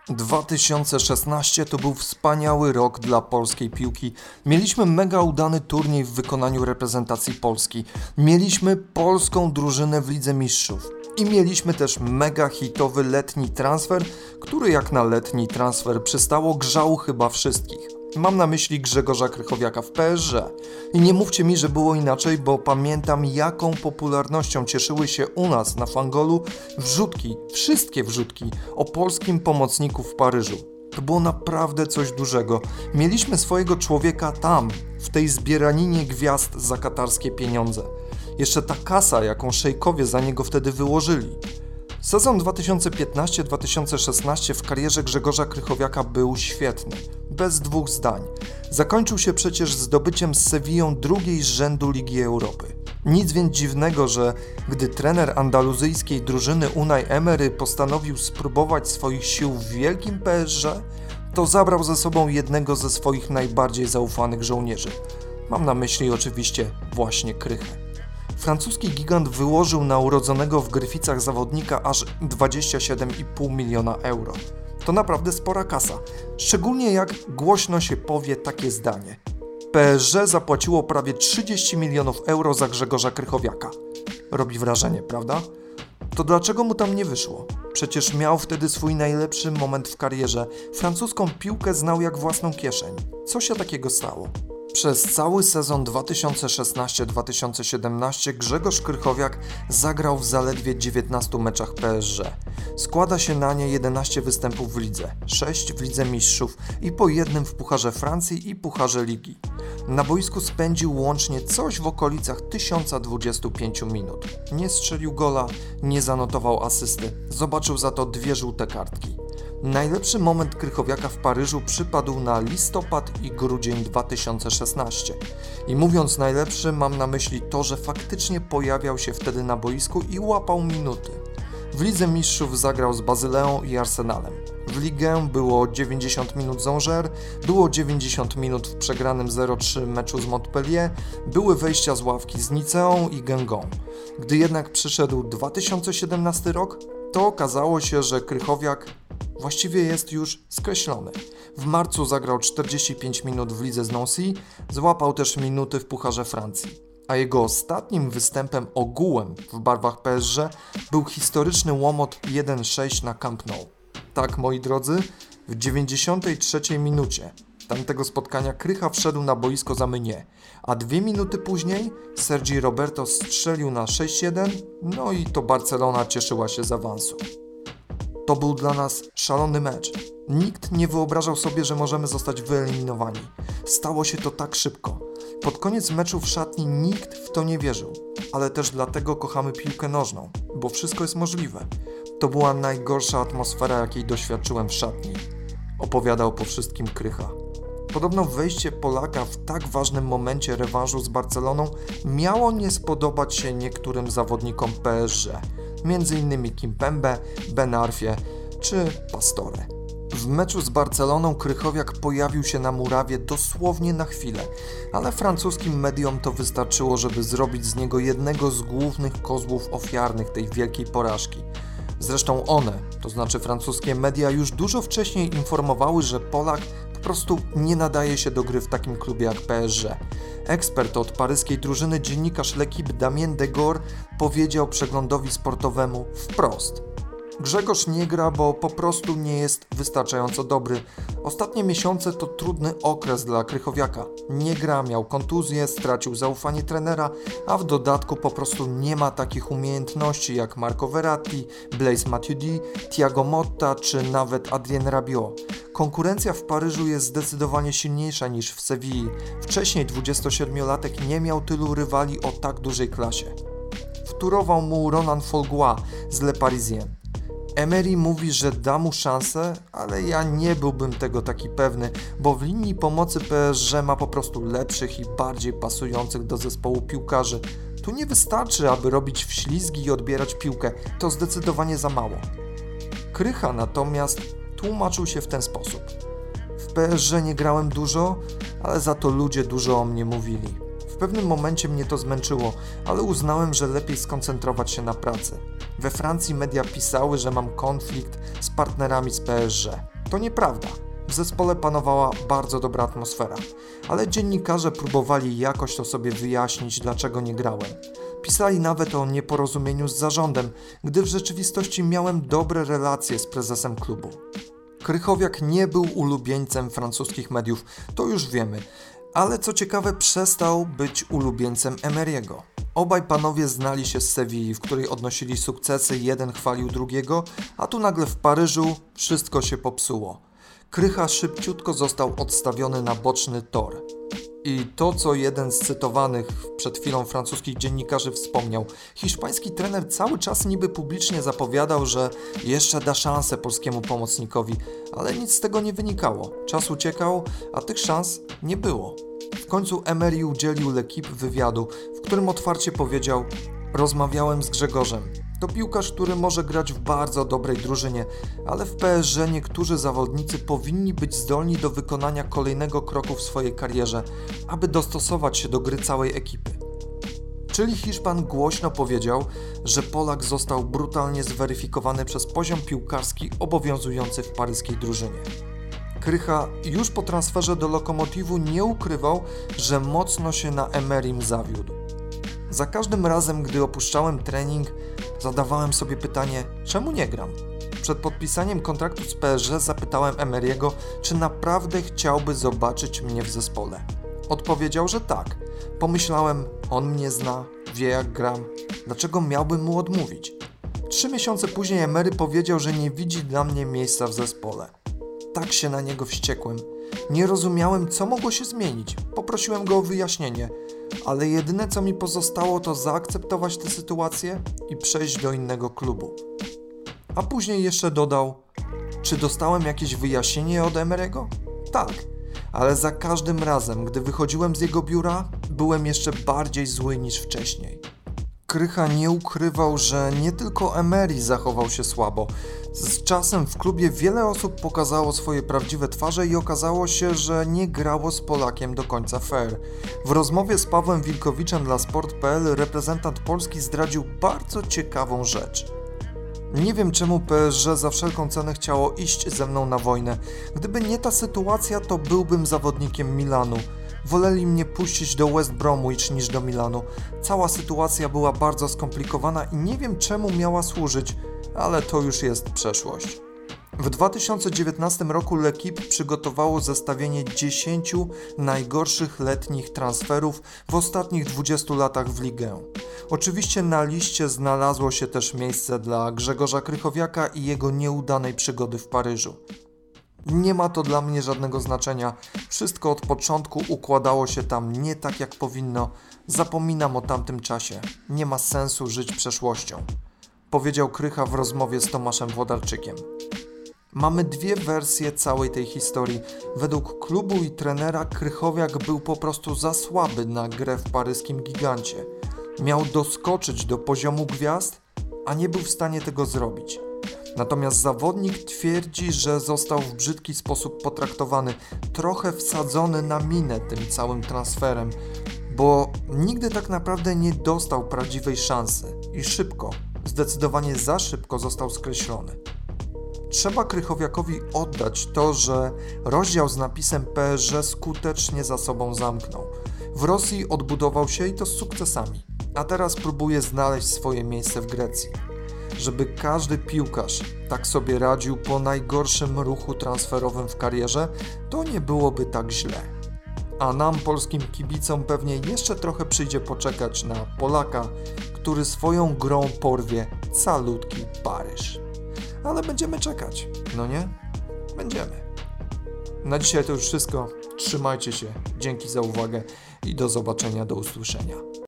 2016 to był wspaniały rok dla polskiej piłki. Mieliśmy mega udany turniej w wykonaniu reprezentacji Polski. Mieliśmy polską drużynę w Lidze Mistrzów. I mieliśmy też mega hitowy letni transfer, który jak na letni transfer przystało, grzał chyba wszystkich. Mam na myśli Grzegorza Krychowiaka w PSG. I nie mówcie mi, że było inaczej, bo pamiętam, jaką popularnością cieszyły się u nas na Fangolu wrzutki, wszystkie wrzutki o polskim pomocniku w Paryżu. To było naprawdę coś dużego. Mieliśmy swojego człowieka tam, w tej zbieraninie gwiazd za katarskie pieniądze. Jeszcze ta kasa, jaką szejkowie za niego wtedy wyłożyli. Sezon 2015-2016 w karierze Grzegorza Krychowiaka był świetny, bez dwóch zdań. Zakończył się przecież zdobyciem z Sewillą drugiej z rzędu Ligi Europy. Nic więc dziwnego, że gdy trener andaluzyjskiej drużyny Unai Emery postanowił spróbować swoich sił w wielkim PSG, to zabrał ze sobą jednego ze swoich najbardziej zaufanych żołnierzy. Mam na myśli oczywiście właśnie Krychę. Francuski gigant wyłożył na urodzonego w Gryficach zawodnika aż 27,5 miliona euro. To naprawdę spora kasa, szczególnie jak głośno się powie takie zdanie. PSG zapłaciło prawie 30 milionów euro za Grzegorza Krychowiaka. Robi wrażenie, prawda? To dlaczego mu tam nie wyszło? Przecież miał wtedy swój najlepszy moment w karierze. Francuską piłkę znał jak własną kieszeń. Co się takiego stało? Przez cały sezon 2016-2017 Grzegorz Krychowiak zagrał w zaledwie 19 meczach PSG. Składa się na nie 11 występów w lidze, 6 w Lidze Mistrzów i po jednym w Pucharze Francji i Pucharze Ligi. Na boisku spędził łącznie coś w okolicach 1025 minut. Nie strzelił gola, nie zanotował asysty, zobaczył za to 2 żółte kartki. Najlepszy moment Krychowiaka w Paryżu przypadł na listopad i grudzień 2016. I mówiąc najlepszy, mam na myśli to, że faktycznie pojawiał się wtedy na boisku i łapał minuty. W Lidze Mistrzów zagrał z Bazyleą i Arsenalem. W Ligę było 90 minut z Angers, było 90 minut w przegranym 0-3 meczu z Montpellier, były wejścia z ławki z Niceą i Guingamp. Gdy jednak przyszedł 2017 rok, to okazało się, że Krychowiak właściwie jest już skreślony. W marcu zagrał 45 minut w lidze z Nancy, złapał też minuty w Pucharze Francji. A jego ostatnim występem ogółem w barwach PSG był historyczny łomot 1-6 na Camp Nou. Tak, moi drodzy, w 93 minucie tamtego spotkania Krycha wszedł na boisko za Meunier, a 2 minuty później Sergi Roberto strzelił na 6-1, no i to Barcelona cieszyła się z awansu. To był dla nas szalony mecz. Nikt nie wyobrażał sobie, że możemy zostać wyeliminowani. Stało się to tak szybko. Pod koniec meczu w szatni nikt w to nie wierzył, ale też dlatego kochamy piłkę nożną, bo wszystko jest możliwe. To była najgorsza atmosfera, jakiej doświadczyłem w szatni. Opowiadał po wszystkim Krycha. Podobno wejście Polaka w tak ważnym momencie rewanżu z Barceloną miało nie spodobać się niektórym zawodnikom PSG, m.in. Kimpembe, Ben Arfie czy Pastore. W meczu z Barceloną Krychowiak pojawił się na murawie dosłownie na chwilę, ale francuskim mediom to wystarczyło, żeby zrobić z niego jednego z głównych kozłów ofiarnych tej wielkiej porażki. Zresztą one, to znaczy francuskie media, już dużo wcześniej informowały, że Polak po prostu nie nadaje się do gry w takim klubie jak PSG. Ekspert od paryskiej drużyny, dziennikarz L'Équipe Damien Degor powiedział przeglądowi sportowemu wprost: Grzegorz nie gra, bo po prostu nie jest wystarczająco dobry. Ostatnie miesiące to trudny okres dla Krychowiaka. Nie gra, miał kontuzję, stracił zaufanie trenera, a w dodatku po prostu nie ma takich umiejętności jak Marco Verratti, Blaise Matuidi, Thiago Motta czy nawet Adrien Rabiot. Konkurencja w Paryżu jest zdecydowanie silniejsza niż w Sewilli. Wcześniej 27-latek nie miał tylu rywali o tak dużej klasie. Wtórował mu Ronan Folgois z Le Parisien. Emery mówi, że da mu szansę, ale ja nie byłbym tego taki pewny, bo w linii pomocy PSG ma po prostu lepszych i bardziej pasujących do zespołu piłkarzy. Tu nie wystarczy, aby robić wślizgi i odbierać piłkę, to zdecydowanie za mało. Krycha natomiast tłumaczył się w ten sposób: w PSG nie grałem dużo, ale za to ludzie dużo o mnie mówili. W pewnym momencie mnie to zmęczyło, ale uznałem, że lepiej skoncentrować się na pracy. We Francji media pisały, że mam konflikt z partnerami z PSG. To nieprawda. W zespole panowała bardzo dobra atmosfera, ale dziennikarze próbowali jakoś to sobie wyjaśnić, dlaczego nie grałem. Pisali nawet o nieporozumieniu z zarządem, gdy w rzeczywistości miałem dobre relacje z prezesem klubu. Krychowiak nie był ulubieńcem francuskich mediów, to już wiemy, ale co ciekawe przestał być ulubieńcem Emery'ego. Obaj panowie znali się z Sewilli, w której odnosili sukcesy, jeden chwalił drugiego, a tu nagle w Paryżu wszystko się popsuło. Krycha szybciutko został odstawiony na boczny tor. I to, co jeden z cytowanych przed chwilą francuskich dziennikarzy wspomniał, hiszpański trener cały czas niby publicznie zapowiadał, że jeszcze da szansę polskiemu pomocnikowi, ale nic z tego nie wynikało. Czas uciekał, a tych szans nie było. W końcu Emery udzielił L'Équipe wywiadu, w którym otwarcie powiedział: rozmawiałem z Grzegorzem. To piłkarz, który może grać w bardzo dobrej drużynie, ale w PSG niektórzy zawodnicy powinni być zdolni do wykonania kolejnego kroku w swojej karierze, aby dostosować się do gry całej ekipy. Czyli Hiszpan głośno powiedział, że Polak został brutalnie zweryfikowany przez poziom piłkarski obowiązujący w paryskiej drużynie. Krycha już po transferze do Lokomotivu nie ukrywał, że mocno się na Emerym zawiódł. Za każdym razem, gdy opuszczałem trening, zadawałem sobie pytanie, czemu nie gram? Przed podpisaniem kontraktu z PSG zapytałem Emery'ego, czy naprawdę chciałby zobaczyć mnie w zespole. Odpowiedział, że tak. Pomyślałem, on mnie zna, wie jak gram, dlaczego miałbym mu odmówić? 3 miesiące później Emery powiedział, że nie widzi dla mnie miejsca w zespole. Tak się na niego wściekłem. Nie rozumiałem, co mogło się zmienić. Poprosiłem go o wyjaśnienie, ale jedyne, co mi pozostało, to zaakceptować tę sytuację i przejść do innego klubu. A później jeszcze dodał, czy dostałem jakieś wyjaśnienie od Emery'ego? Tak, ale za każdym razem, gdy wychodziłem z jego biura, byłem jeszcze bardziej zły niż wcześniej. Krycha nie ukrywał, że nie tylko Emery zachował się słabo. Z czasem w klubie wiele osób pokazało swoje prawdziwe twarze i okazało się, że nie grało z Polakiem do końca fair. W rozmowie z Pawłem Wilkowiczem dla Sport.pl reprezentant Polski zdradził bardzo ciekawą rzecz. Nie wiem, czemu PSG za wszelką cenę chciało iść ze mną na wojnę. Gdyby nie ta sytuacja, to byłbym zawodnikiem Milanu. Woleli mnie puścić do West Bromwich niż do Milanu. Cała sytuacja była bardzo skomplikowana i nie wiem, czemu miała służyć, ale to już jest przeszłość. W 2019 roku L'Équipe przygotowało zestawienie 10 najgorszych letnich transferów w ostatnich 20 latach w ligę. Oczywiście na liście znalazło się też miejsce dla Grzegorza Krychowiaka i jego nieudanej przygody w Paryżu. Nie ma to dla mnie żadnego znaczenia. Wszystko od początku układało się tam nie tak, jak powinno. Zapominam o tamtym czasie. Nie ma sensu żyć przeszłością. Powiedział Krycha w rozmowie z Tomaszem Włodarczykiem. Mamy dwie wersje całej tej historii. Według klubu i trenera Krychowiak był po prostu za słaby na grę w paryskim gigancie. Miał doskoczyć do poziomu gwiazd, a nie był w stanie tego zrobić. Natomiast zawodnik twierdzi, że został w brzydki sposób potraktowany, trochę wsadzony na minę tym całym transferem, bo nigdy tak naprawdę nie dostał prawdziwej szansy i szybko, zdecydowanie za szybko został skreślony. Trzeba Krychowiakowi oddać to, że rozdział z napisem PSG skutecznie za sobą zamknął. W Rosji odbudował się i to z sukcesami, a teraz próbuje znaleźć swoje miejsce w Grecji. Żeby każdy piłkarz tak sobie radził po najgorszym ruchu transferowym w karierze, to nie byłoby tak źle. A nam, polskim kibicom, pewnie jeszcze trochę przyjdzie poczekać na Polaka, który swoją grą porwie calutki Paryż. Ale będziemy czekać, no nie? Będziemy. Na dzisiaj to już wszystko. Trzymajcie się. Dzięki za uwagę i do zobaczenia, do usłyszenia.